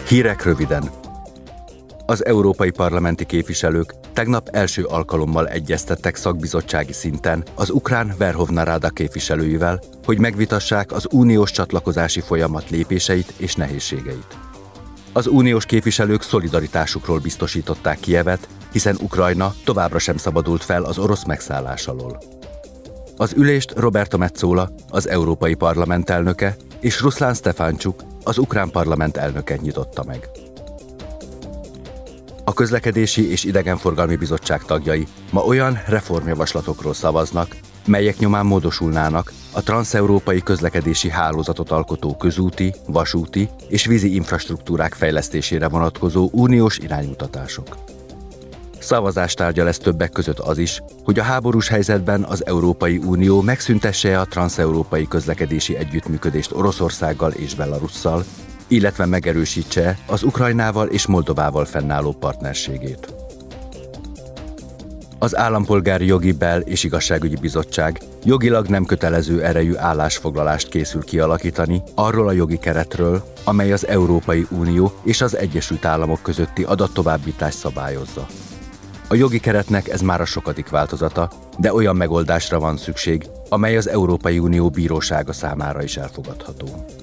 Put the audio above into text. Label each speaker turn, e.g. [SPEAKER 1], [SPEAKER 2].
[SPEAKER 1] Hírek röviden. Az európai parlamenti képviselők tegnap első alkalommal egyeztettek szakbizottsági szinten az ukrán Verhovna Rada képviselőivel, hogy megvitassák az uniós csatlakozási folyamat lépéseit és nehézségeit. Az uniós képviselők szolidaritásukról biztosították Kijevet, hiszen Ukrajna továbbra sem szabadult fel az orosz megszállás alól. Az ülést Roberta Metsola, az Európai Parlament elnöke, és Ruszlán Sztefáncsuk, az ukrán parlament elnöke nyitotta meg. A Közlekedési és Idegenforgalmi Bizottság tagjai ma olyan reformjavaslatokról szavaznak, melyek nyomán módosulnának a transzeurópai közlekedési hálózatot alkotó közúti, vasúti és vízi infrastruktúrák fejlesztésére vonatkozó uniós iránymutatások. Szavazástárgya lesz többek között az is, hogy a háborús helyzetben az Európai Unió megszüntesse a transzeurópai közlekedési együttműködést Oroszországgal és Belarusszal, illetve megerősítse az Ukrajnával és Moldovával fennálló partnerségét. Az Állampolgári Jogi Bel- és Igazságügyi Bizottság jogilag nem kötelező erejű állásfoglalást készül kialakítani arról a jogi keretről, amely az Európai Unió és az Egyesült Államok közötti adattovábbítást szabályozza. A jogi keretnek ez már a sokadik változata, de olyan megoldásra van szükség, amely az Európai Unió bírósága számára is elfogadható.